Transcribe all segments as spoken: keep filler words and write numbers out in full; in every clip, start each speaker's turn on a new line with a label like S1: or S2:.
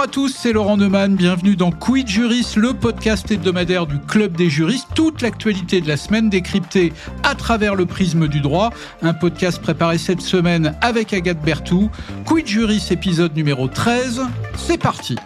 S1: à tous, c'est Laurent Neumann, bienvenue dans Quid Juris, le podcast hebdomadaire du Club des juristes. Toute l'actualité de la semaine décryptée à travers le prisme du droit. Un podcast préparé cette semaine avec Agathe Berthoud. Quid Juris, épisode numéro treize, c'est parti.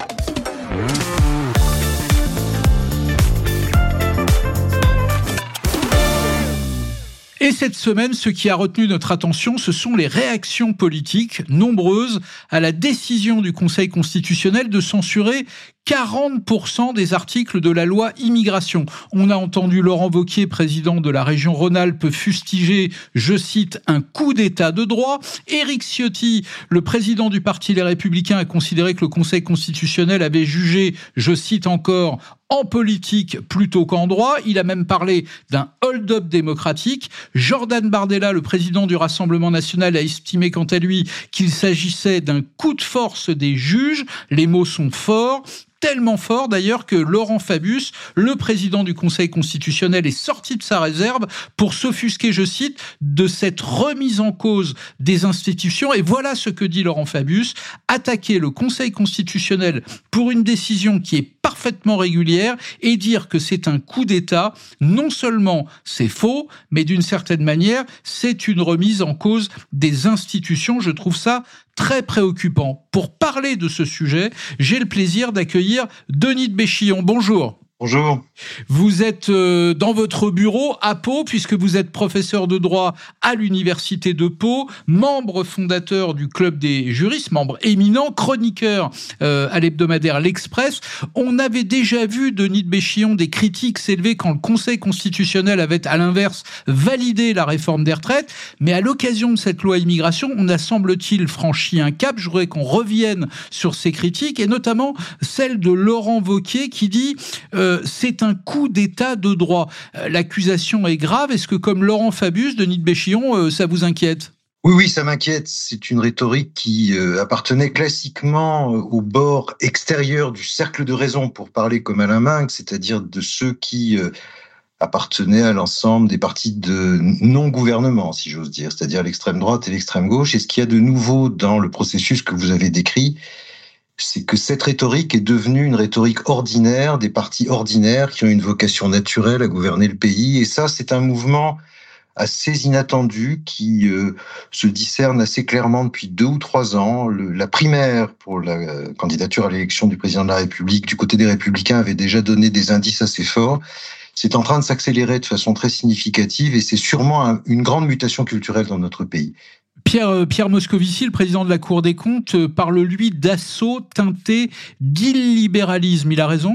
S1: Et cette semaine, ce qui a retenu notre attention, ce sont les réactions politiques nombreuses à la décision du Conseil constitutionnel de censurer quarante pour cent des articles de la loi immigration. On a entendu Laurent Wauquiez, président de la région Rhône-Alpes, fustiger, je cite, un coup d'état de droit. Éric Ciotti, le président du parti Les Républicains, a considéré que le Conseil constitutionnel avait jugé, je cite encore, en politique plutôt qu'en droit. Il a même parlé d'un hold-up démocratique. Jordan Bardella, le président du Rassemblement national, a estimé quant à lui qu'il s'agissait d'un coup de force des juges. Les mots sont forts. Tellement fort d'ailleurs que Laurent Fabius, le président du Conseil constitutionnel, est sorti de sa réserve pour s'offusquer, je cite, de cette remise en cause des institutions. Et voilà ce que dit Laurent Fabius: attaquer le Conseil constitutionnel pour une décision qui est parfaitement régulière et dire que c'est un coup d'État, non seulement c'est faux, mais d'une certaine manière, c'est une remise en cause des institutions. Je trouve ça très préoccupant. Pour parler de ce sujet, j'ai le plaisir d'accueillir Denis de Béchillon. Bonjour.
S2: Bonjour.
S1: Vous êtes dans votre bureau à Pau, puisque vous êtes professeur de droit à l'université de Pau, membre fondateur du Club des juristes, membre éminent, chroniqueur euh, à l'hebdomadaire L'Express. On avait déjà vu, Denis de Béchillon, des critiques s'élever quand le Conseil constitutionnel avait, à l'inverse, validé la réforme des retraites. Mais à l'occasion de cette loi immigration, on a, semble-t-il, franchi un cap. Je voudrais qu'on revienne sur ces critiques, et notamment celle de Laurent Wauquiez qui dit euh, c'est un coup d'état de droit. L'accusation est grave. Est-ce que, comme Laurent Fabius, Denis de Béchillon, ça vous inquiète ?
S2: Oui, oui, ça m'inquiète. C'est une rhétorique qui euh, appartenait classiquement au bord extérieur du cercle de raison, pour parler comme Alain Minc, c'est-à-dire de ceux qui euh, appartenaient à l'ensemble des partis de non-gouvernement, si j'ose dire, c'est-à-dire l'extrême droite et l'extrême gauche. Et ce qu'il y a de nouveau dans le processus que vous avez décrit, c'est que cette rhétorique est devenue une rhétorique ordinaire, des partis ordinaires qui ont une vocation naturelle à gouverner le pays. Et ça, c'est un mouvement assez inattendu qui euh, se discerne assez clairement depuis deux ou trois ans. Le, la primaire pour la euh, candidature à l'élection du président de la République du côté des Républicains avait déjà donné des indices assez forts. C'est en train de s'accélérer de façon très significative et c'est sûrement un, une grande mutation culturelle dans notre pays.
S1: Pierre, Pierre Moscovici, le président de la Cour des comptes, parle, lui, d'assaut teinté d'illibéralisme. Il a raison ?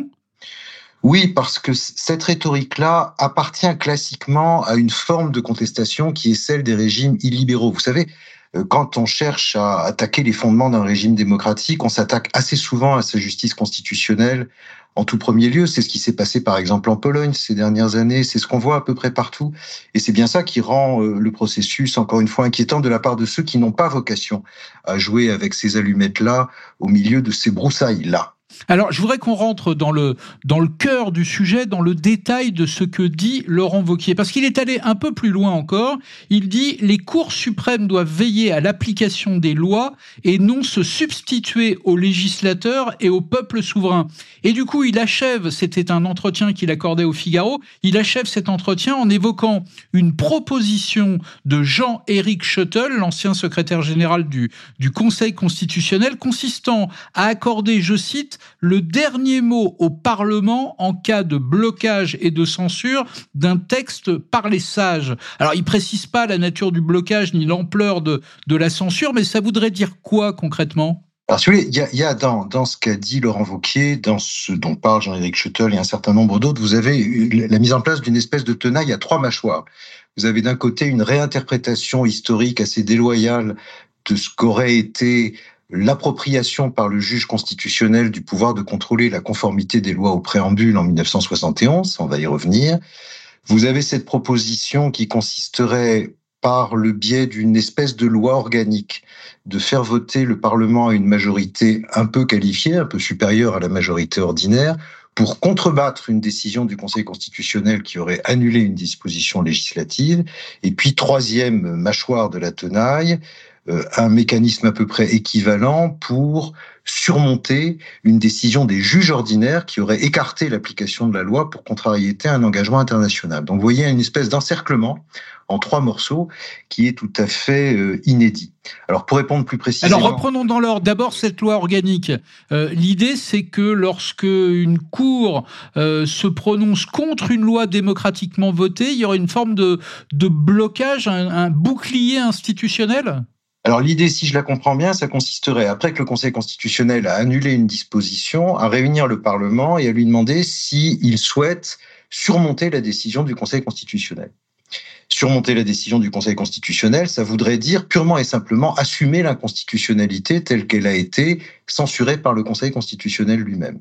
S2: Oui, parce que cette rhétorique-là appartient classiquement à une forme de contestation qui est celle des régimes illibéraux. Vous savez, quand on cherche à attaquer les fondements d'un régime démocratique, on s'attaque assez souvent à sa justice constitutionnelle en tout premier lieu. C'est ce qui s'est passé par exemple en Pologne ces dernières années, c'est ce qu'on voit à peu près partout. Et c'est bien ça qui rend le processus, encore une fois, inquiétant de la part de ceux qui n'ont pas vocation à jouer avec ces allumettes-là au milieu de ces broussailles-là.
S1: Alors, je voudrais qu'on rentre dans le, dans le cœur du sujet, dans le détail de ce que dit Laurent Wauquiez, parce qu'il est allé un peu plus loin encore. Il dit « Les cours suprêmes doivent veiller à l'application des lois et non se substituer aux législateurs et au peuple souverain ». Et du coup, il achève, c'était un entretien qu'il accordait au Figaro, il achève cet entretien en évoquant une proposition de Jean-Éric Schoettl, l'ancien secrétaire général du, du Conseil constitutionnel, consistant à accorder, je cite, le dernier mot au Parlement en cas de blocage et de censure d'un texte par les sages. Alors, il précise pas la nature du blocage ni l'ampleur de, de la censure, mais ça voudrait dire quoi concrètement ?
S2: Alors, si vous voulez, il y a, il y a dans, dans ce qu'a dit Laurent Wauquiez, dans ce dont parle Jean-Éric Schoettl et un certain nombre d'autres, vous avez la mise en place d'une espèce de tenaille à trois mâchoires. Vous avez d'un côté une réinterprétation historique assez déloyale de ce qu'aurait été l'appropriation par le juge constitutionnel du pouvoir de contrôler la conformité des lois au préambule en dix-neuf cent soixante et onze, on va y revenir. Vous avez cette proposition qui consisterait, par le biais d'une espèce de loi organique, de faire voter le Parlement à une majorité un peu qualifiée, un peu supérieure à la majorité ordinaire, pour contrebattre une décision du Conseil constitutionnel qui aurait annulé une disposition législative. Et puis, troisième mâchoire de la tenaille, euh, un mécanisme à peu près équivalent pour surmonter une décision des juges ordinaires qui aurait écarté l'application de la loi pour contrariété à un engagement international. Donc vous voyez une espèce d'encerclement en trois morceaux qui est tout à fait euh, inédit. Alors pour répondre plus précisément...
S1: Alors reprenons dans l'ordre. D'abord cette loi organique. Euh, l'idée c'est que lorsque une cour euh, se prononce contre une loi démocratiquement votée, il y aurait une forme de, de blocage, un, un bouclier institutionnel ?
S2: Alors l'idée, si je la comprends bien, ça consisterait, après que le Conseil constitutionnel a annulé une disposition, à réunir le Parlement et à lui demander s'il souhaite surmonter la décision du Conseil constitutionnel. Surmonter la décision du Conseil constitutionnel, ça voudrait dire purement et simplement assumer l'inconstitutionnalité telle qu'elle a été censurée par le Conseil constitutionnel lui-même.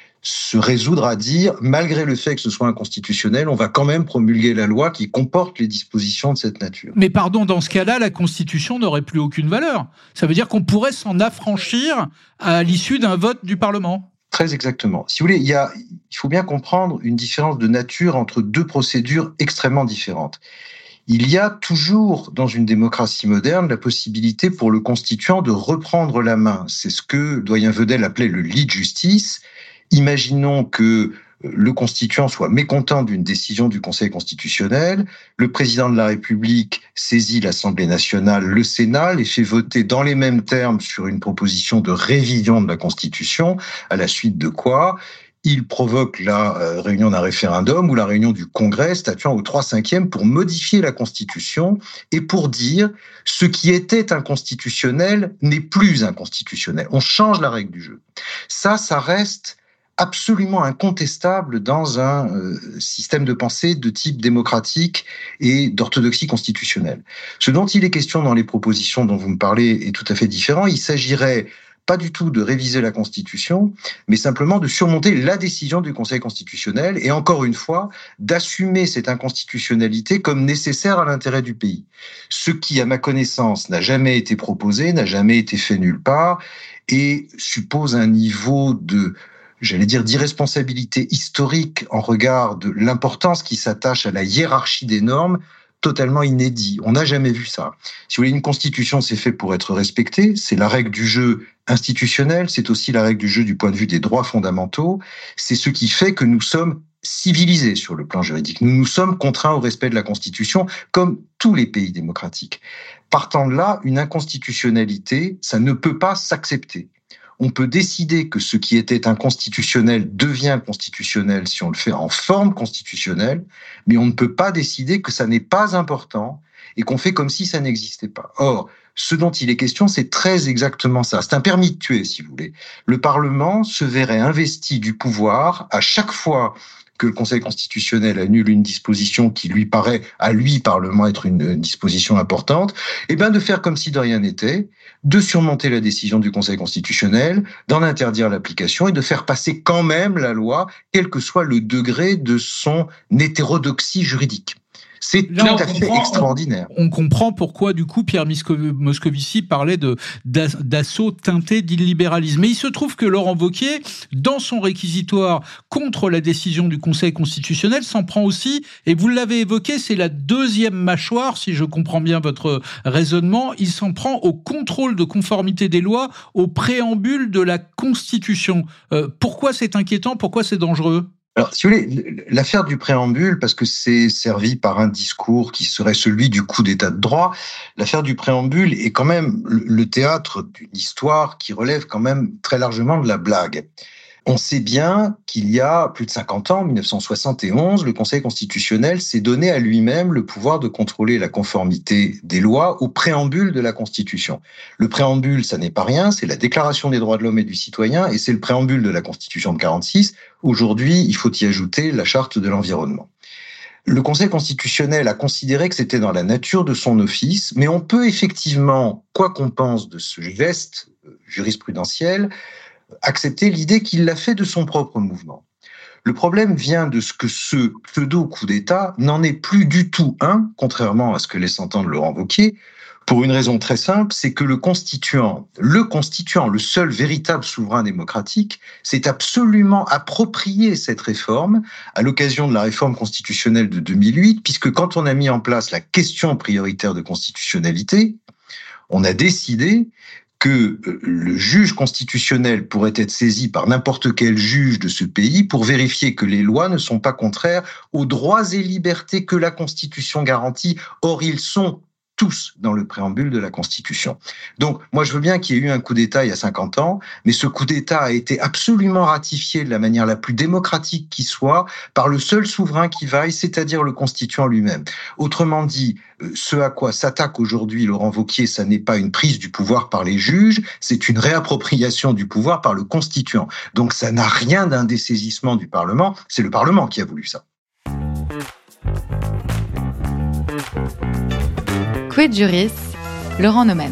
S2: Se résoudre à dire, malgré le fait que ce soit inconstitutionnel, on va quand même promulguer la loi qui comporte les dispositions de cette nature.
S1: Mais pardon, dans ce cas-là, la Constitution n'aurait plus aucune valeur. Ça veut dire qu'on pourrait s'en affranchir à l'issue d'un vote du Parlement.
S2: Très exactement. Si vous voulez, il, y a, il faut bien comprendre une différence de nature entre deux procédures extrêmement différentes. Il y a toujours, dans une démocratie moderne, la possibilité pour le constituant de reprendre la main. C'est ce que doyen Vedel appelait le lit de justice. Imaginons que le constituant soit mécontent d'une décision du Conseil constitutionnel, le président de la République saisit l'Assemblée nationale, le Sénat, les fait voter dans les mêmes termes sur une proposition de révision de la Constitution, à la suite de quoi il provoque la réunion d'un référendum ou la réunion du Congrès statuant au trois cinquièmes pour modifier la Constitution et pour dire ce qui était inconstitutionnel n'est plus inconstitutionnel. On change la règle du jeu. Ça, ça reste absolument incontestable dans un euh, système de pensée de type démocratique et d'orthodoxie constitutionnelle. Ce dont il est question dans les propositions dont vous me parlez est tout à fait différent. Il s'agirait pas du tout de réviser la Constitution, mais simplement de surmonter la décision du Conseil constitutionnel et encore une fois, d'assumer cette inconstitutionnalité comme nécessaire à l'intérêt du pays. Ce qui, à ma connaissance, n'a jamais été proposé, n'a jamais été fait nulle part et suppose un niveau de j'allais dire d'irresponsabilité historique en regard de l'importance qui s'attache à la hiérarchie des normes, totalement inédit. On n'a jamais vu ça. Si vous voulez, une constitution, c'est fait pour être respectée, c'est la règle du jeu institutionnel, c'est aussi la règle du jeu du point de vue des droits fondamentaux, c'est ce qui fait que nous sommes civilisés sur le plan juridique. Nous nous sommes contraints au respect de la Constitution, comme tous les pays démocratiques. Partant de là, une inconstitutionnalité, ça ne peut pas s'accepter. On peut décider que ce qui était inconstitutionnel devient constitutionnel si on le fait en forme constitutionnelle, mais on ne peut pas décider que ça n'est pas important et qu'on fait comme si ça n'existait pas. Or, ce dont il est question, c'est très exactement ça. C'est un permis de tuer, si vous voulez. Le Parlement se verrait investi du pouvoir à chaque fois que le Conseil constitutionnel annule une disposition qui lui paraît, à lui, Parlement, être une disposition importante, et bien de faire comme si de rien n'était, de surmonter la décision du Conseil constitutionnel, d'en interdire l'application et de faire passer quand même la loi, quel que soit le degré de son hétérodoxie juridique. C'est tout
S1: Là,
S2: à fait
S1: comprend,
S2: extraordinaire.
S1: On, on comprend pourquoi, du coup, Pierre Moscovici parlait de, d'assaut teinté d'illibéralisme. Mais il se trouve que Laurent Wauquiez, dans son réquisitoire contre la décision du Conseil constitutionnel, s'en prend aussi, et vous l'avez évoqué, c'est la deuxième mâchoire, si je comprends bien votre raisonnement, il s'en prend au contrôle de conformité des lois, au préambule de la Constitution. Euh, pourquoi c'est inquiétant ? Pourquoi c'est dangereux ?
S2: Alors, si vous voulez, l'affaire du préambule, parce que c'est servi par un discours qui serait celui du coup d'état de droit, l'affaire du préambule est quand même le théâtre d'une histoire qui relève quand même très largement de la blague. On sait bien qu'il y a plus de cinquante ans, en dix-neuf cent soixante et onze, le Conseil constitutionnel s'est donné à lui-même le pouvoir de contrôler la conformité des lois au préambule de la Constitution. Le préambule, ça n'est pas rien, c'est la Déclaration des droits de l'homme et du citoyen, et c'est le préambule de la Constitution de quarante-six. Aujourd'hui, il faut y ajouter la Charte de l'environnement. Le Conseil constitutionnel a considéré que c'était dans la nature de son office, mais on peut effectivement, quoi qu'on pense de ce geste jurisprudentiel, accepter l'idée qu'il l'a fait de son propre mouvement. Le problème vient de ce que ce pseudo-coup d'État n'en est plus du tout un, contrairement à ce que laisse entendre Laurent Wauquiez, pour une raison très simple, c'est que le constituant, le constituant, le seul véritable souverain démocratique, s'est absolument approprié cette réforme à l'occasion de la réforme constitutionnelle de deux mille huit, puisque quand on a mis en place la question prioritaire de constitutionnalité, On a décidé que le juge constitutionnel pourrait être saisi par n'importe quel juge de ce pays pour vérifier que les lois ne sont pas contraires aux droits et libertés que la Constitution garantit. Or, ils sont tous dans le préambule de la Constitution. Donc, moi, je veux bien qu'il y ait eu un coup d'État il y a cinquante ans, mais ce coup d'État a été absolument ratifié de la manière la plus démocratique qui soit par le seul souverain qui vaille, c'est-à-dire le constituant lui-même. Autrement dit, ce à quoi s'attaque aujourd'hui Laurent Wauquiez, ça n'est pas une prise du pouvoir par les juges, c'est une réappropriation du pouvoir par le constituant. Donc, ça n'a rien d'un dessaisissement du Parlement, c'est le Parlement qui a voulu ça.
S3: Quid Juris, Laurent Neumann.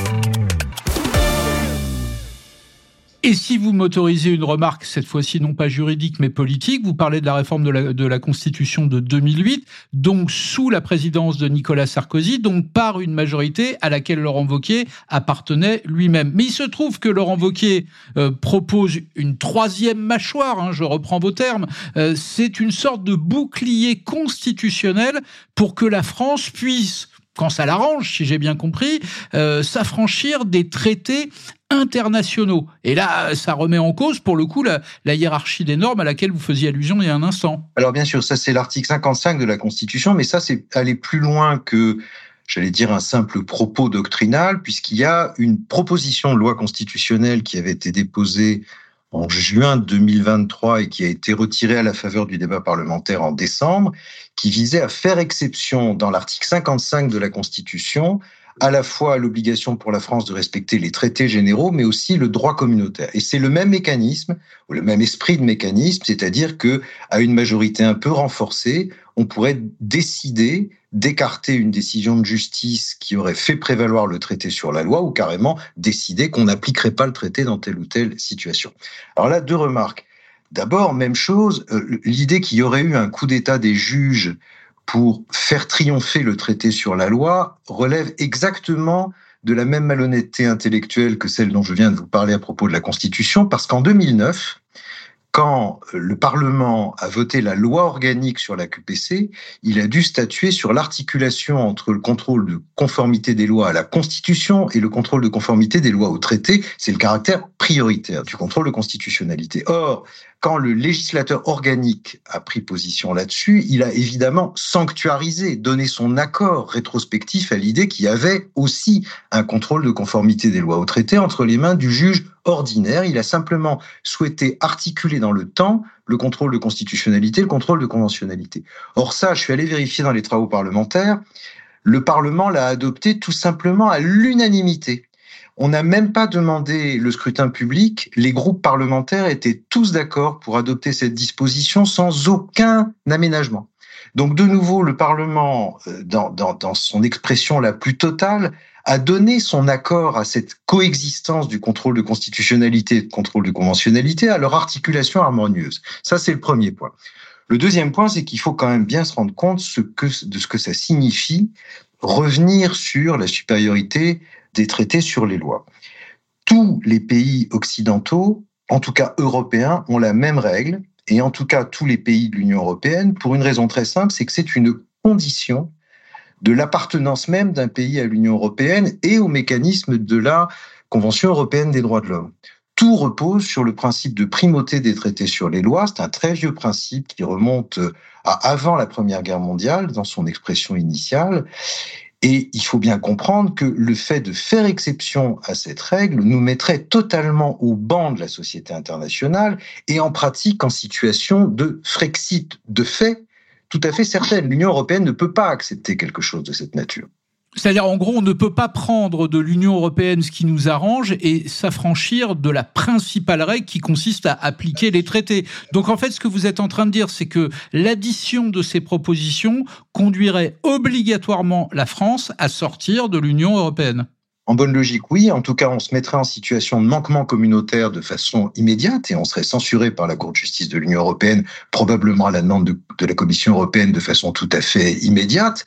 S1: Et si vous m'autorisez une remarque, cette fois-ci non pas juridique mais politique, vous parlez de la réforme de la, de la Constitution de deux mille huit, donc sous la présidence de Nicolas Sarkozy, donc par une majorité à laquelle Laurent Wauquiez appartenait lui-même. Mais il se trouve que Laurent Wauquiez euh, propose une troisième mâchoire, hein, je reprends vos termes, euh, c'est une sorte de bouclier constitutionnel pour que la France puisse, quand ça l'arrange, si j'ai bien compris, euh, s'affranchir des traités internationaux. Et là, ça remet en cause, pour le coup, la, la hiérarchie des normes à laquelle vous faisiez allusion il y a un instant.
S2: Alors bien sûr, ça c'est l'article cinquante-cinq de la Constitution, mais ça c'est aller plus loin que, j'allais dire, un simple propos doctrinal, puisqu'il y a une proposition de loi constitutionnelle qui avait été déposée en juin deux mille vingt-trois et qui a été retirée à la faveur du débat parlementaire en décembre, qui visait à faire exception dans l'article cinquante-cinq de la Constitution à la fois à l'obligation pour la France de respecter les traités généraux, mais aussi le droit communautaire. Et c'est le même mécanisme, ou le même esprit de mécanisme, c'est-à-dire que, à une majorité un peu renforcée, on pourrait décider d'écarter une décision de justice qui aurait fait prévaloir le traité sur la loi, ou carrément décider qu'on n'appliquerait pas le traité dans telle ou telle situation. Alors là, deux remarques. D'abord, même chose, euh, l'idée qu'il y aurait eu un coup d'État des juges pour faire triompher le traité sur la loi relève exactement de la même malhonnêteté intellectuelle que celle dont je viens de vous parler à propos de la Constitution, parce qu'en deux mille neuf, quand le Parlement a voté la loi organique sur la Q P C, il a dû statuer sur l'articulation entre le contrôle de conformité des lois à la Constitution et le contrôle de conformité des lois au traité. C'est le caractère prioritaire du contrôle de constitutionnalité. Or, quand le législateur organique a pris position là-dessus, il a évidemment sanctuarisé, donné son accord rétrospectif à l'idée qu'il y avait aussi un contrôle de conformité des lois au traité entre les mains du juge ordinaire. Il a simplement souhaité articuler dans le temps le contrôle de constitutionnalité, le contrôle de conventionnalité. Or ça, je suis allé vérifier dans les travaux parlementaires, le Parlement l'a adopté tout simplement à l'unanimité. On n'a même pas demandé le scrutin public. Les groupes parlementaires étaient tous d'accord pour adopter cette disposition sans aucun aménagement. Donc, de nouveau, le Parlement, dans, dans, dans son expression la plus totale, a donné son accord à cette coexistence du contrôle de constitutionnalité et de contrôle de conventionnalité, à leur articulation harmonieuse. Ça, c'est le premier point. Le deuxième point, c'est qu'il faut quand même bien se rendre compte ce que, de ce que ça signifie revenir sur la supériorité des traités sur les lois. Tous les pays occidentaux, en tout cas européens, ont la même règle, et en tout cas tous les pays de l'Union européenne, pour une raison très simple, c'est que c'est une condition de l'appartenance même d'un pays à l'Union européenne et au mécanisme de la Convention européenne des droits de l'homme. Tout repose sur le principe de primauté des traités sur les lois. C'est un très vieux principe qui remonte à avant la Première Guerre mondiale, dans son expression initiale. Et il faut bien comprendre que le fait de faire exception à cette règle nous mettrait totalement au banc de la société internationale et en pratique en situation de Frexit de fait tout à fait certaine. L'Union européenne ne peut pas accepter quelque chose de cette nature.
S1: C'est-à-dire, en gros, on ne peut pas prendre de l'Union européenne ce qui nous arrange et s'affranchir de la principale règle qui consiste à appliquer les traités. Donc, en fait, ce que vous êtes en train de dire, c'est que l'addition de ces propositions conduirait obligatoirement la France à sortir de l'Union européenne.
S2: En bonne logique, oui. En tout cas, on se mettrait en situation de manquement communautaire de façon immédiate et on serait censuré par la Cour de justice de l'Union européenne, probablement à la demande de, de la Commission européenne de façon tout à fait immédiate.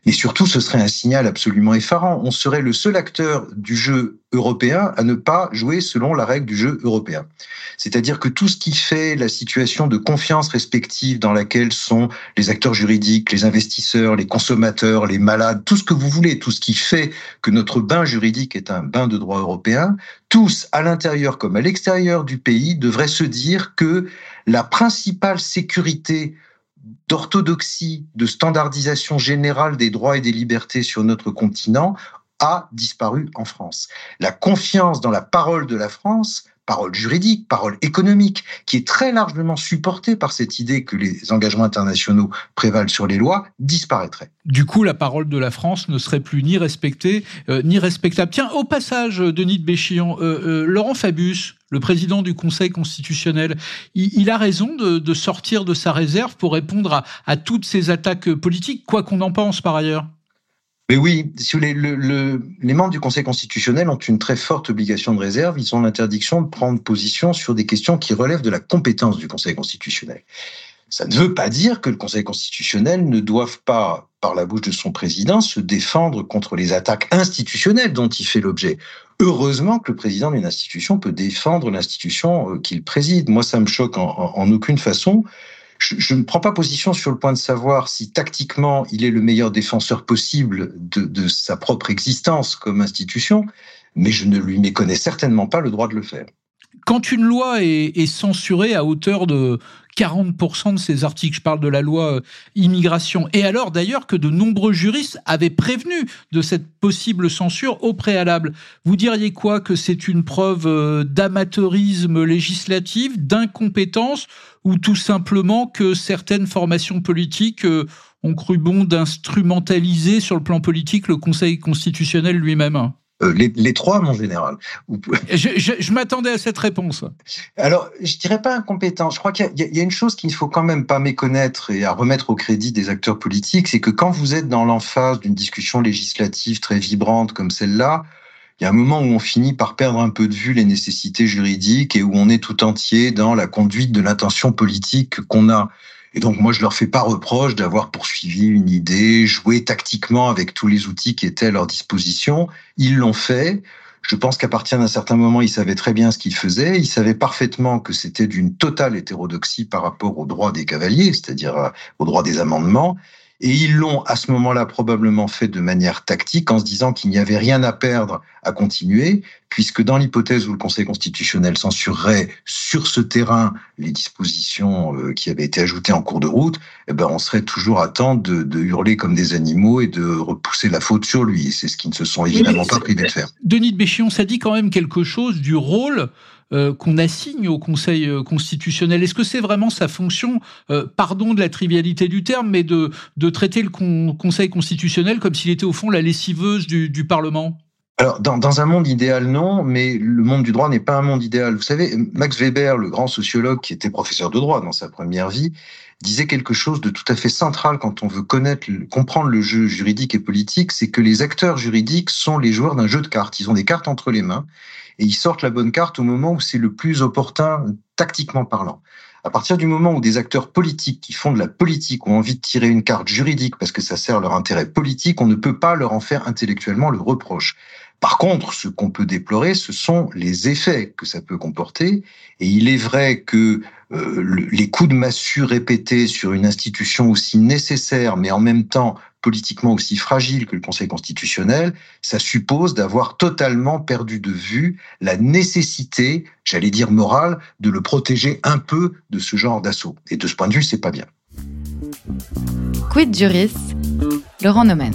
S2: Mais surtout, ce serait un signal absolument effarant. On serait le seul acteur du jeu européen à ne pas jouer selon la règle du jeu européen. C'est-à-dire que tout ce qui fait la situation de confiance respective dans laquelle sont les acteurs juridiques, les investisseurs, les consommateurs, les malades, tout ce que vous voulez, tout ce qui fait que notre bain juridique est un bain de droit européen, tous, à l'intérieur comme à l'extérieur du pays, devraient se dire que la principale sécurité d'orthodoxie, de standardisation générale des droits et des libertés sur notre continent a disparu en France. La confiance dans la parole de la France, parole juridique, parole économique, qui est très largement supportée par cette idée que les engagements internationaux prévalent sur les lois, disparaîtrait.
S1: Du coup, la parole de la France ne serait plus ni respectée, euh, ni respectable. Tiens, au passage, Denis de Béchillon, euh, euh, Laurent Fabius, le président du Conseil constitutionnel, il, il a raison de, de sortir de sa réserve pour répondre à, à toutes ces attaques politiques, quoi qu'on en pense par ailleurs.
S2: Mais oui, si vous voulez, le, le, les membres du Conseil constitutionnel ont une très forte obligation de réserve. Ils ont l'interdiction de prendre position sur des questions qui relèvent de la compétence du Conseil constitutionnel. Ça ne veut pas dire que le Conseil constitutionnel ne doive pas, par la bouche de son président, se défendre contre les attaques institutionnelles dont il fait l'objet. Heureusement que le président d'une institution peut défendre l'institution qu'il préside. Moi, ça me choque en, en, en aucune façon. Je, je ne prends pas position sur le point de savoir si tactiquement il est le meilleur défenseur possible de, de sa propre existence comme institution, mais je ne lui méconnais certainement pas le droit de le faire.
S1: Quand une loi est, est censurée à hauteur de quarante pour cent de ses articles, je parle de la loi immigration, et alors d'ailleurs que de nombreux juristes avaient prévenu de cette possible censure au préalable, vous diriez quoi? Que c'est une preuve d'amateurisme législatif, d'incompétence, ou tout simplement que certaines formations politiques ont cru bon d'instrumentaliser sur le plan politique le Conseil constitutionnel lui-même?
S2: Euh, les, les trois, mon général.
S1: Je, je, je m'attendais à cette réponse.
S2: Alors, je dirais pas incompétent. Je crois qu'il y a, il y a une chose qu'il ne faut quand même pas méconnaître et à remettre au crédit des acteurs politiques, c'est que quand vous êtes dans l'emphase d'une discussion législative très vibrante comme celle-là, il y a un moment où on finit par perdre un peu de vue les nécessités juridiques et où on est tout entier dans la conduite de l'intention politique qu'on a. Et donc, moi, je leur fais pas reproche d'avoir poursuivi une idée, joué tactiquement avec tous les outils qui étaient à leur disposition. Ils l'ont fait. Je pense qu'à partir d'un certain moment, ils savaient très bien ce qu'ils faisaient. Ils savaient parfaitement que c'était d'une totale hétérodoxie par rapport aux droits des cavaliers, c'est-à-dire aux droits des amendements. Et ils l'ont, à ce moment-là, probablement fait de manière tactique, en se disant qu'il n'y avait rien à perdre à continuer, puisque dans l'hypothèse où le Conseil constitutionnel censurerait sur ce terrain les dispositions qui avaient été ajoutées en cours de route, eh ben, on serait toujours à temps de, de hurler comme des animaux et de repousser la faute sur lui. Et c'est ce qu'ils ne se sont évidemment pas privés de faire.
S1: Denis de Béchillon, ça dit quand même quelque chose du rôle Euh, qu'on assigne au Conseil constitutionnel. Est-ce que c'est vraiment sa fonction, euh, pardon de la trivialité du terme, mais de, de traiter le con, Conseil constitutionnel comme s'il était au fond la lessiveuse du, du Parlement ?
S2: Alors, dans, dans un monde idéal, non, mais le monde du droit n'est pas un monde idéal. Vous savez, Max Weber, le grand sociologue qui était professeur de droit dans sa première vie, disait quelque chose de tout à fait central quand on veut connaître, comprendre le jeu juridique et politique, c'est que les acteurs juridiques sont les joueurs d'un jeu de cartes. Ils ont des cartes entre les mains et ils sortent la bonne carte au moment où c'est le plus opportun, tactiquement parlant. À partir du moment où des acteurs politiques qui font de la politique ont envie de tirer une carte juridique parce que ça sert leur intérêt politique, on ne peut pas leur en faire intellectuellement le reproche. Par contre, ce qu'on peut déplorer, ce sont les effets que ça peut comporter. Et il est vrai que euh, le, les coups de massue répétés sur une institution aussi nécessaire, mais en même temps politiquement aussi fragile que le Conseil constitutionnel, ça suppose d'avoir totalement perdu de vue la nécessité, j'allais dire morale, de le protéger un peu de ce genre d'assaut. Et de ce point de vue, c'est pas bien.
S3: Quid Juris, Laurent Neumann.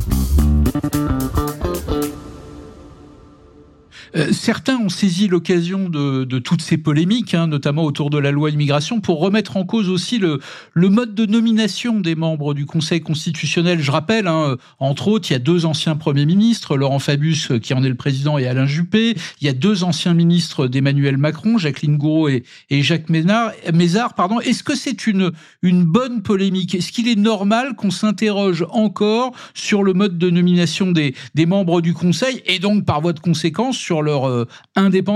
S1: Euh, certains ont saisi l'occasion de, de toutes ces polémiques, hein, notamment autour de la loi immigration, pour remettre en cause aussi le, le mode de nomination des membres du Conseil constitutionnel. Je rappelle, hein, entre autres, il y a deux anciens premiers ministres, Laurent Fabius, qui en est le président, et Alain Juppé. Il y a deux anciens ministres d'Emmanuel Macron, Jacqueline Gourault et, et Jacques Ménard, Mézard. Pardon. Est-ce que c'est une, une bonne polémique ? Est-ce qu'il est normal qu'on s'interroge encore sur le mode de nomination des, des membres du Conseil, et donc, par voie de conséquence, sur leur euh, indépendance ?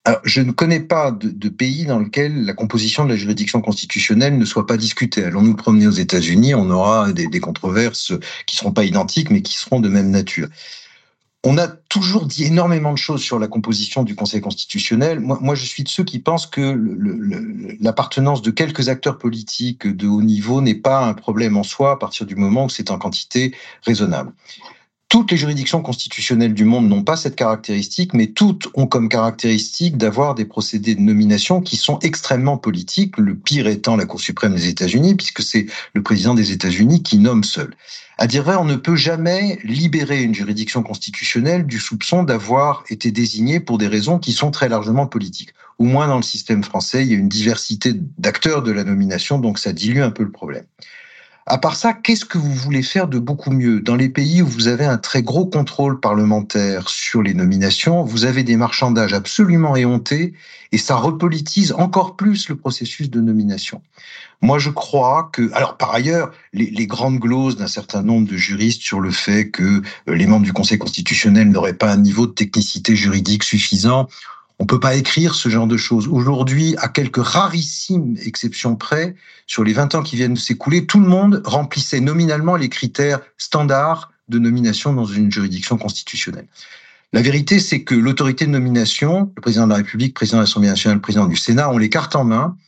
S2: Alors, je ne connais pas de, de pays dans lequel la composition de la juridiction constitutionnelle ne soit pas discutée. Allons-nous promener aux États-Unis, on aura des, des controverses qui ne seront pas identiques, mais qui seront de même nature. On a toujours dit énormément de choses sur la composition du Conseil constitutionnel. Moi, moi je suis de ceux qui pensent que le, le, l'appartenance de quelques acteurs politiques de haut niveau n'est pas un problème en soi à partir du moment où c'est en quantité raisonnable. Toutes les juridictions constitutionnelles du monde n'ont pas cette caractéristique, mais toutes ont comme caractéristique d'avoir des procédés de nomination qui sont extrêmement politiques, le pire étant la Cour suprême des États-Unis, puisque c'est le président des États-Unis qui nomme seul. À dire vrai, on ne peut jamais libérer une juridiction constitutionnelle du soupçon d'avoir été désignée pour des raisons qui sont très largement politiques. Au moins dans le système français, il y a une diversité d'acteurs de la nomination, donc ça dilue un peu le problème. À part ça, qu'est-ce que vous voulez faire de beaucoup mieux ? Dans les pays où vous avez un très gros contrôle parlementaire sur les nominations, vous avez des marchandages absolument éhontés et ça repolitise encore plus le processus de nomination. Moi, je crois que... Alors, par ailleurs, les, les grandes gloses d'un certain nombre de juristes sur le fait que les membres du Conseil constitutionnel n'auraient pas un niveau de technicité juridique suffisant, on peut pas écrire ce genre de choses. Aujourd'hui, à quelques rarissimes exceptions près, sur les vingt ans qui viennent de s'écouler, tout le monde remplissait nominalement les critères standards de nomination dans une juridiction constitutionnelle. La vérité, c'est que l'autorité de nomination, le président de la République, le président de l'Assemblée nationale, le président du Sénat, ont les cartes en main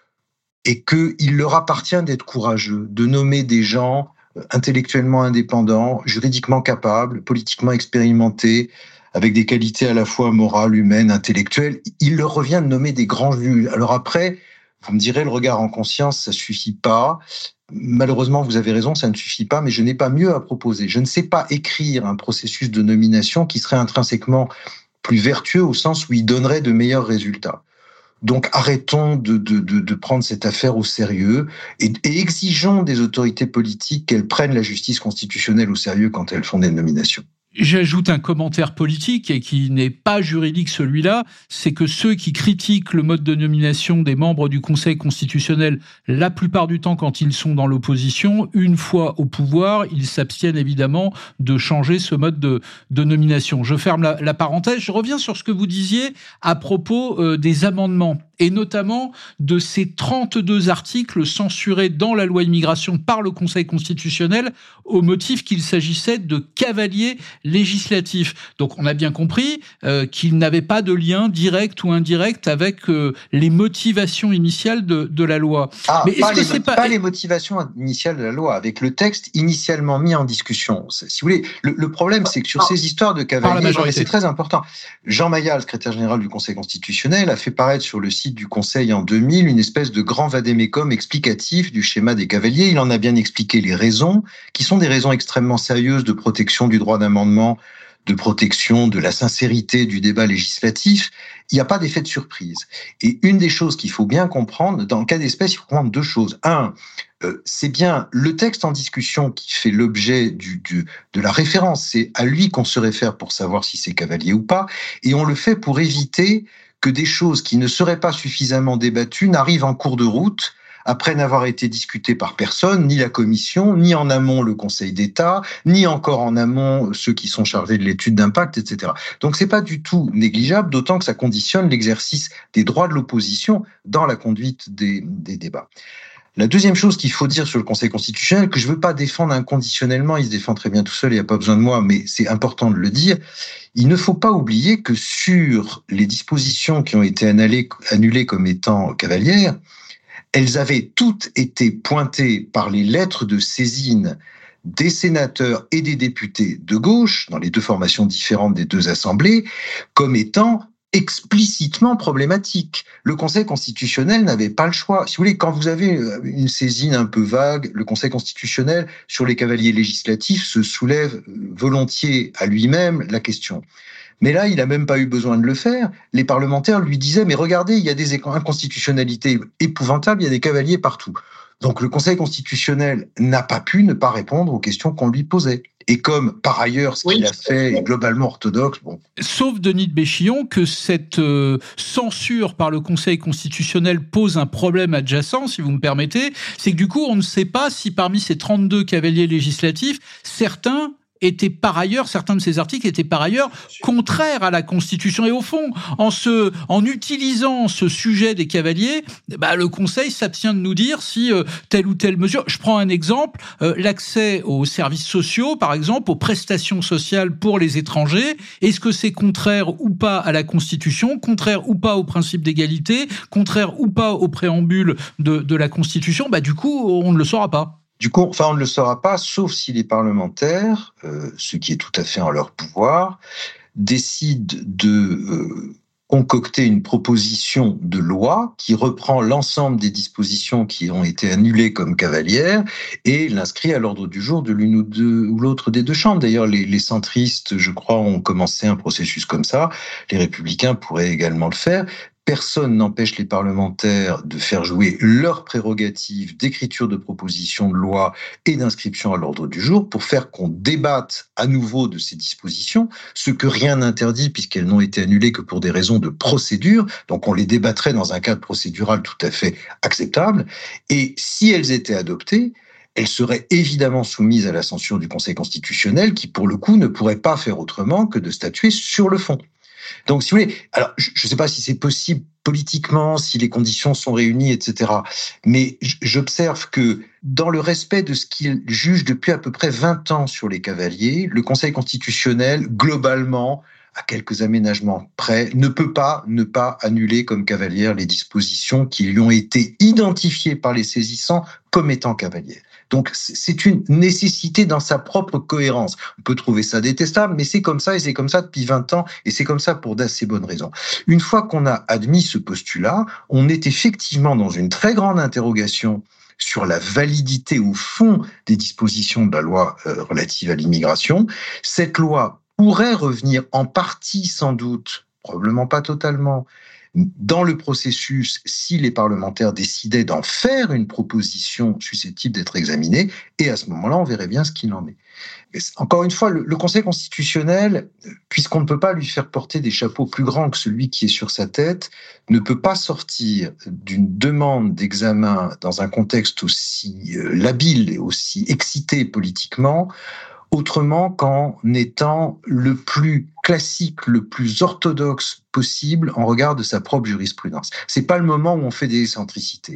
S2: et qu'il leur appartient d'être courageux, de nommer des gens intellectuellement indépendants, juridiquement capables, politiquement expérimentés, avec des qualités à la fois morales, humaines, intellectuelles. Il leur revient de nommer des grands juges. Alors après, vous me direz, le regard en conscience, ça suffit pas. Malheureusement, vous avez raison, ça ne suffit pas, mais je n'ai pas mieux à proposer. Je ne sais pas écrire un processus de nomination qui serait intrinsèquement plus vertueux au sens où il donnerait de meilleurs résultats. Donc arrêtons de, de, de, de prendre cette affaire au sérieux et, et exigeons des autorités politiques qu'elles prennent la justice constitutionnelle au sérieux quand elles font des nominations.
S1: J'ajoute un commentaire politique et qui n'est pas juridique celui-là, c'est que ceux qui critiquent le mode de nomination des membres du Conseil constitutionnel, la plupart du temps quand ils sont dans l'opposition, une fois au pouvoir, ils s'abstiennent évidemment de changer ce mode de, de nomination. Je ferme la, la parenthèse, je reviens sur ce que vous disiez à propos euh, des amendements et notamment de ces trente-deux articles censurés dans la loi immigration par le Conseil constitutionnel au motif qu'il s'agissait de cavaliers législatif. Donc on a bien compris euh, qu'il n'avait pas de lien direct ou indirect avec euh, les motivations initiales de, de la loi.
S2: Ah, Mais est-ce pas, que les, c'est pas... pas les motivations initiales de la loi, avec le texte initialement mis en discussion. Si vous voulez, le, le problème, c'est que sur ces histoires de cavaliers, c'est très important. Jean Maillat, le secrétaire général du Conseil constitutionnel, a fait paraître sur le site du Conseil en deux mille une espèce de grand vadémécum explicatif du schéma des cavaliers. Il en a bien expliqué les raisons, qui sont des raisons extrêmement sérieuses de protection du droit d'amendement, de protection de la sincérité du débat législatif. Il n'y a pas d'effet de surprise. Et une des choses qu'il faut bien comprendre, dans le cas d'espèce, il faut comprendre deux choses. Un, euh, c'est bien le texte en discussion qui fait l'objet du, du, de la référence. C'est à lui qu'on se réfère pour savoir si c'est cavalier ou pas. Et on le fait pour éviter que des choses qui ne seraient pas suffisamment débattues n'arrivent en cours de route après n'avoir été discuté par personne, ni la Commission, ni en amont le Conseil d'État, ni encore en amont ceux qui sont chargés de l'étude d'impact, et cetera. Donc c'est pas du tout négligeable, d'autant que ça conditionne l'exercice des droits de l'opposition dans la conduite des, des débats. La deuxième chose qu'il faut dire sur le Conseil constitutionnel, que je veux pas défendre inconditionnellement, il se défend très bien tout seul, il n'y a pas besoin de moi, mais c'est important de le dire, il ne faut pas oublier que sur les dispositions qui ont été annulées, annulées comme étant cavalières, elles avaient toutes été pointées par les lettres de saisine des sénateurs et des députés de gauche, dans les deux formations différentes des deux assemblées, comme étant explicitement problématiques. Le Conseil constitutionnel n'avait pas le choix. Si vous voulez, quand vous avez une saisine un peu vague, le Conseil constitutionnel, sur les cavaliers législatifs, se soulève volontiers à lui-même la question. Mais là, il n'a même pas eu besoin de le faire. Les parlementaires lui disaient « Mais regardez, il y a des inconstitutionnalités épouvantables, il y a des cavaliers partout. » Donc le Conseil constitutionnel n'a pas pu ne pas répondre aux questions qu'on lui posait. Et comme, par ailleurs, ce qu'il oui. a fait est globalement orthodoxe... Bon.
S1: Sauf Denis de Béchillon que cette euh, censure par le Conseil constitutionnel pose un problème adjacent, si vous me permettez, c'est que du coup, on ne sait pas si parmi ces trente-deux cavaliers législatifs, certains étaient par ailleurs, certains de ces articles étaient par ailleurs contraires à la Constitution. Et au fond, en, se, en utilisant ce sujet des cavaliers, bah, le Conseil s'abstient de nous dire si euh, telle ou telle mesure... Je prends un exemple, euh, l'accès aux services sociaux, par exemple, aux prestations sociales pour les étrangers. Est-ce que c'est contraire ou pas à la Constitution, contraire ou pas au principe d'égalité, contraire ou pas au préambule de, de la Constitution? Bah, du coup, on ne le saura pas.
S2: Du coup, enfin, on ne le saura pas, sauf si les parlementaires, euh, ce qui est tout à fait en leur pouvoir, décident de euh, concocter une proposition de loi qui reprend l'ensemble des dispositions qui ont été annulées comme cavalières et l'inscrit à l'ordre du jour de l'une ou, deux, ou l'autre des deux chambres. D'ailleurs, les, les centristes, je crois, ont commencé un processus comme ça. Les républicains pourraient également le faire. Personne n'empêche les parlementaires de faire jouer leurs prérogatives d'écriture de propositions de loi et d'inscription à l'ordre du jour pour faire qu'on débatte à nouveau de ces dispositions, ce que rien n'interdit puisqu'elles n'ont été annulées que pour des raisons de procédure. Donc on les débattrait dans un cadre procédural tout à fait acceptable. Et si elles étaient adoptées, elles seraient évidemment soumises à la censure du Conseil constitutionnel qui, pour le coup, ne pourrait pas faire autrement que de statuer sur le fond. Donc, si vous voulez, alors je ne sais pas si c'est possible politiquement, si les conditions sont réunies, et cetera. Mais j'observe que dans le respect de ce qu'il juge depuis à peu près vingt ans sur les cavaliers, le Conseil constitutionnel, globalement, à quelques aménagements près, ne peut pas ne pas annuler comme cavalières les dispositions qui lui ont été identifiées par les saisissants comme étant cavalières. Donc, c'est une nécessité dans sa propre cohérence. On peut trouver ça détestable, mais c'est comme ça, et c'est comme ça depuis vingt ans, et c'est comme ça pour d'assez bonnes raisons. Une fois qu'on a admis ce postulat, on est effectivement dans une très grande interrogation sur la validité au fond des dispositions de la loi euh, relative à l'immigration. Cette loi pourrait revenir en partie, sans doute, probablement pas totalement, dans le processus si les parlementaires décidaient d'en faire une proposition susceptible d'être examinée, et à ce moment-là, on verrait bien ce qu'il en est. Encore une fois, le, le Conseil constitutionnel, puisqu'on ne peut pas lui faire porter des chapeaux plus grands que celui qui est sur sa tête, ne peut pas sortir d'une demande d'examen dans un contexte aussi euh, labile et aussi excité politiquement, autrement qu'en étant le plus classique, le plus orthodoxe possible en regard de sa propre jurisprudence. C'est pas le moment où on fait des excentricités.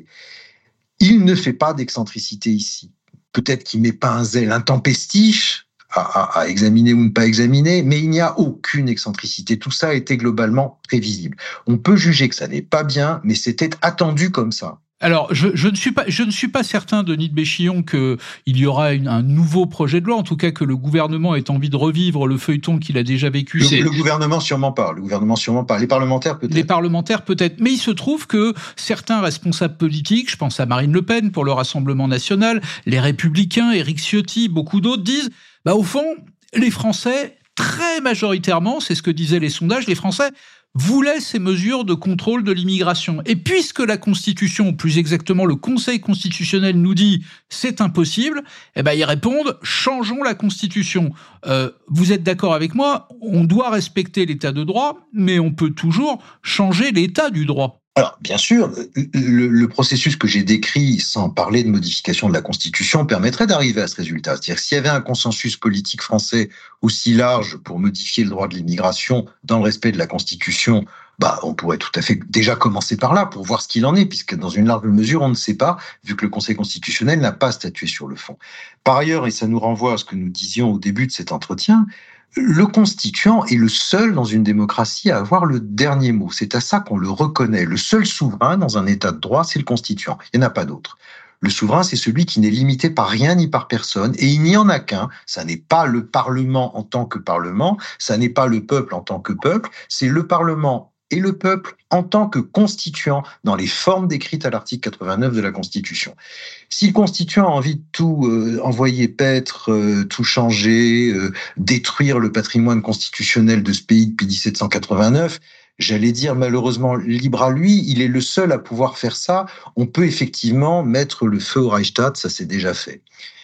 S2: Il ne fait pas d'excentricité ici. Peut-être qu'il met pas un zèle intempestif à, à, à examiner ou ne pas examiner, mais il n'y a aucune excentricité. Tout ça a été globalement prévisible. On peut juger que ça n'est pas bien, mais c'était attendu comme ça.
S1: Alors, je, je, ne suis pas, je ne suis pas certain, Denis de Béchillon, qu'il y aura une, un nouveau projet de loi, en tout cas que le gouvernement ait envie de revivre le feuilleton qu'il a déjà vécu.
S2: Le, le gouvernement sûrement pas, le gouvernement sûrement pas, les parlementaires peut-être.
S1: Les parlementaires peut-être, mais il se trouve que certains responsables politiques, je pense à Marine Le Pen pour le Rassemblement National, les Républicains, Éric Ciotti, beaucoup d'autres disent, bah au fond, les Français, très majoritairement, c'est ce que disaient les sondages, les Français voulait ces mesures de contrôle de l'immigration. Et puisque la Constitution, ou plus exactement le Conseil constitutionnel nous dit c'est impossible, eh ben ils répondent changeons la Constitution. Euh, vous êtes d'accord avec moi? On doit respecter l'état de droit, mais on peut toujours changer l'état du droit.
S2: Alors, bien sûr, le, le processus que j'ai décrit, sans parler de modification de la Constitution, permettrait d'arriver à ce résultat. C'est-à-dire que s'il y avait un consensus politique français aussi large pour modifier le droit de l'immigration dans le respect de la Constitution, bah, on pourrait tout à fait déjà commencer par là pour voir ce qu'il en est, puisque dans une large mesure, on ne sait pas, vu que le Conseil constitutionnel n'a pas statué sur le fond. Par ailleurs, et ça nous renvoie à ce que nous disions au début de cet entretien, le constituant est le seul dans une démocratie à avoir le dernier mot. C'est à ça qu'on le reconnaît. Le seul souverain dans un état de droit, c'est le constituant. Il n'y en a pas d'autre. Le souverain, c'est celui qui n'est limité par rien ni par personne, et il n'y en a qu'un. Ça n'est pas le Parlement en tant que Parlement, ça n'est pas le peuple en tant que peuple, c'est le Parlement et le peuple en tant que constituant dans les formes décrites à l'article quatre-vingt-neuf de la Constitution. Si le constituant a envie de tout euh, envoyer paître, euh, tout changer, euh, détruire le patrimoine constitutionnel de ce pays depuis dix-sept cent quatre-vingt-neuf, j'allais dire malheureusement libre à lui, il est le seul à pouvoir faire ça. On peut effectivement mettre le feu au Reichstag, ça c'est déjà fait.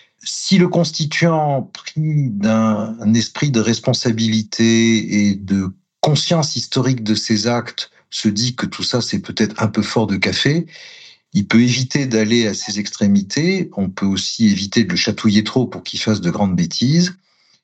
S2: Si le constituant, pris d'un un esprit de responsabilité et de conscience historique de ses actes, se dit que tout ça, c'est peut-être un peu fort de café, il peut éviter d'aller à ses extrémités, on peut aussi éviter de le chatouiller trop pour qu'il fasse de grandes bêtises,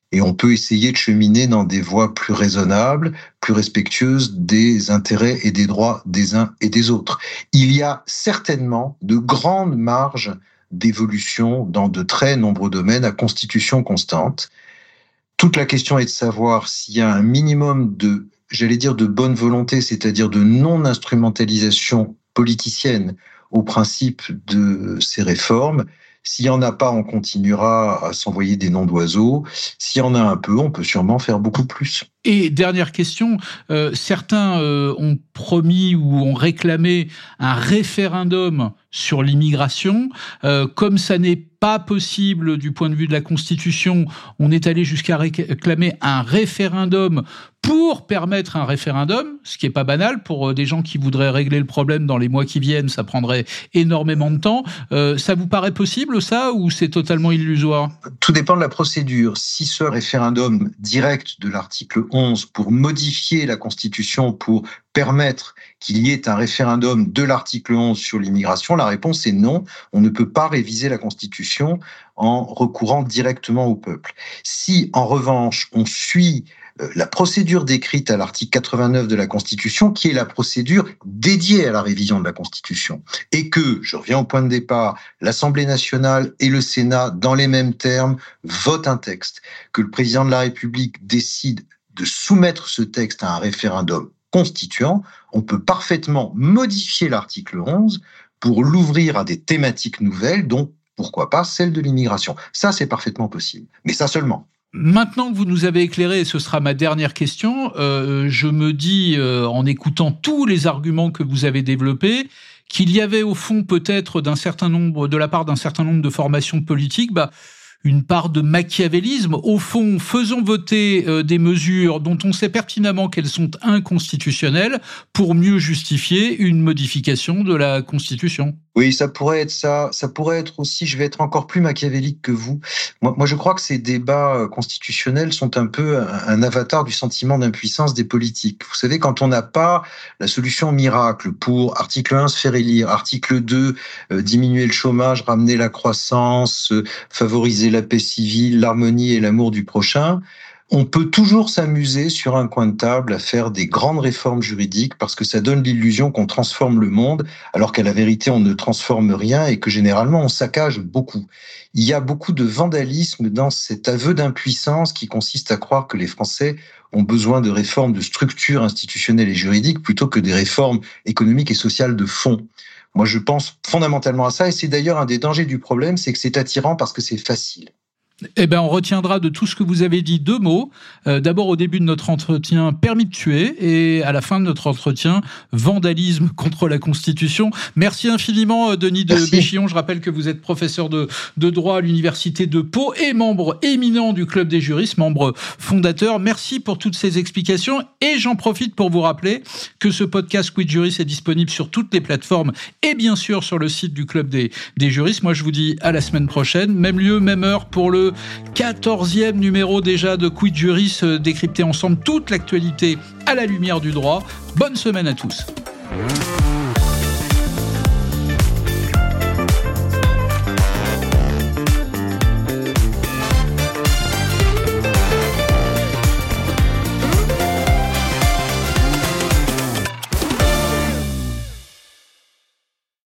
S2: Et on peut essayer de cheminer dans des voies plus raisonnables, plus respectueuses des intérêts et des droits des uns et des autres. Il y a certainement de grandes marges d'évolution dans de très nombreux domaines à constitution constante. Toute la question est de savoir s'il y a un minimum de, j'allais dire, de bonne volonté, c'est-à-dire de non-instrumentalisation politicienne au principe de ces réformes. S'il n'y en a pas, on continuera à s'envoyer des noms d'oiseaux. S'il y en a un peu, on peut sûrement faire beaucoup plus.
S1: Et dernière question, euh, certains euh, ont promis ou ont réclamé un référendum sur l'immigration. Euh, comme ça n'est pas possible du point de vue de la Constitution, on est allé jusqu'à réclamer un référendum pour permettre un référendum, ce qui n'est pas banal pour des gens qui voudraient régler le problème dans les mois qui viennent, ça prendrait énormément de temps. Euh, ça vous paraît possible, ça, ou c'est totalement illusoire ?
S2: Tout dépend de la procédure. Si ce référendum direct de l'article onze pour modifier la Constitution, pour permettre qu'il y ait un référendum de l'article onze sur l'immigration, la réponse est non. On ne peut pas réviser la Constitution en recourant directement au peuple. Si, en revanche, on suit la procédure décrite à l'article quatre-vingt-neuf de la Constitution, qui est la procédure dédiée à la révision de la Constitution, et que, je reviens au point de départ, l'Assemblée nationale et le Sénat, dans les mêmes termes, votent un texte, que le président de la République décide de soumettre ce texte à un référendum constituant, on peut parfaitement modifier l'article onze pour l'ouvrir à des thématiques nouvelles, dont, pourquoi pas, celle de l'immigration. Ça, c'est parfaitement possible, mais ça seulement.
S1: Maintenant que vous nous avez éclairé, et ce sera ma dernière question, euh, je me dis, euh, en écoutant tous les arguments que vous avez développés, qu'il y avait au fond peut-être d'un certain nombre, de la part d'un certain nombre de formations politiques, bah, une part de machiavélisme. Au fond, faisons voter euh, des mesures dont on sait pertinemment qu'elles sont inconstitutionnelles pour mieux justifier une modification de la Constitution.
S2: Oui, ça pourrait être ça. Ça pourrait être aussi, je vais être encore plus machiavélique que vous. Moi, moi je crois que ces débats constitutionnels sont un peu un, un avatar du sentiment d'impuissance des politiques. Vous savez, quand on n'a pas la solution miracle pour article un, se faire élire, article deux, euh, diminuer le chômage, ramener la croissance, euh, favoriser la paix civile, l'harmonie et l'amour du prochain, on peut toujours s'amuser sur un coin de table à faire des grandes réformes juridiques parce que ça donne l'illusion qu'on transforme le monde, alors qu'à la vérité, on ne transforme rien et que généralement, on saccage beaucoup. Il y a beaucoup de vandalisme dans cet aveu d'impuissance qui consiste à croire que les Français ont besoin de réformes de structures institutionnelles et juridiques plutôt que des réformes économiques et sociales de fond. Moi, je pense fondamentalement à ça et c'est d'ailleurs un des dangers du problème, c'est que c'est attirant parce que c'est facile.
S1: Eh bien, on retiendra de tout ce que vous avez dit deux mots. Euh, d'abord, au début de notre entretien, permis de tuer, et à la fin de notre entretien, vandalisme contre la Constitution. Merci infiniment, Denis de
S2: Merci.
S1: Béchillon. Je rappelle que vous êtes professeur de, de droit à l'Université de Pau et membre éminent du Club des juristes, membre fondateur. Merci pour toutes ces explications. Et j'en profite pour vous rappeler que ce podcast Quid Juris est disponible sur toutes les plateformes et bien sûr sur le site du Club des, des juristes. Moi, je vous dis à la semaine prochaine. Même lieu, même heure pour le quatorzième numéro déjà de Quid Juris, euh, décrypter ensemble toute l'actualité à la lumière du droit. Bonne semaine à tous.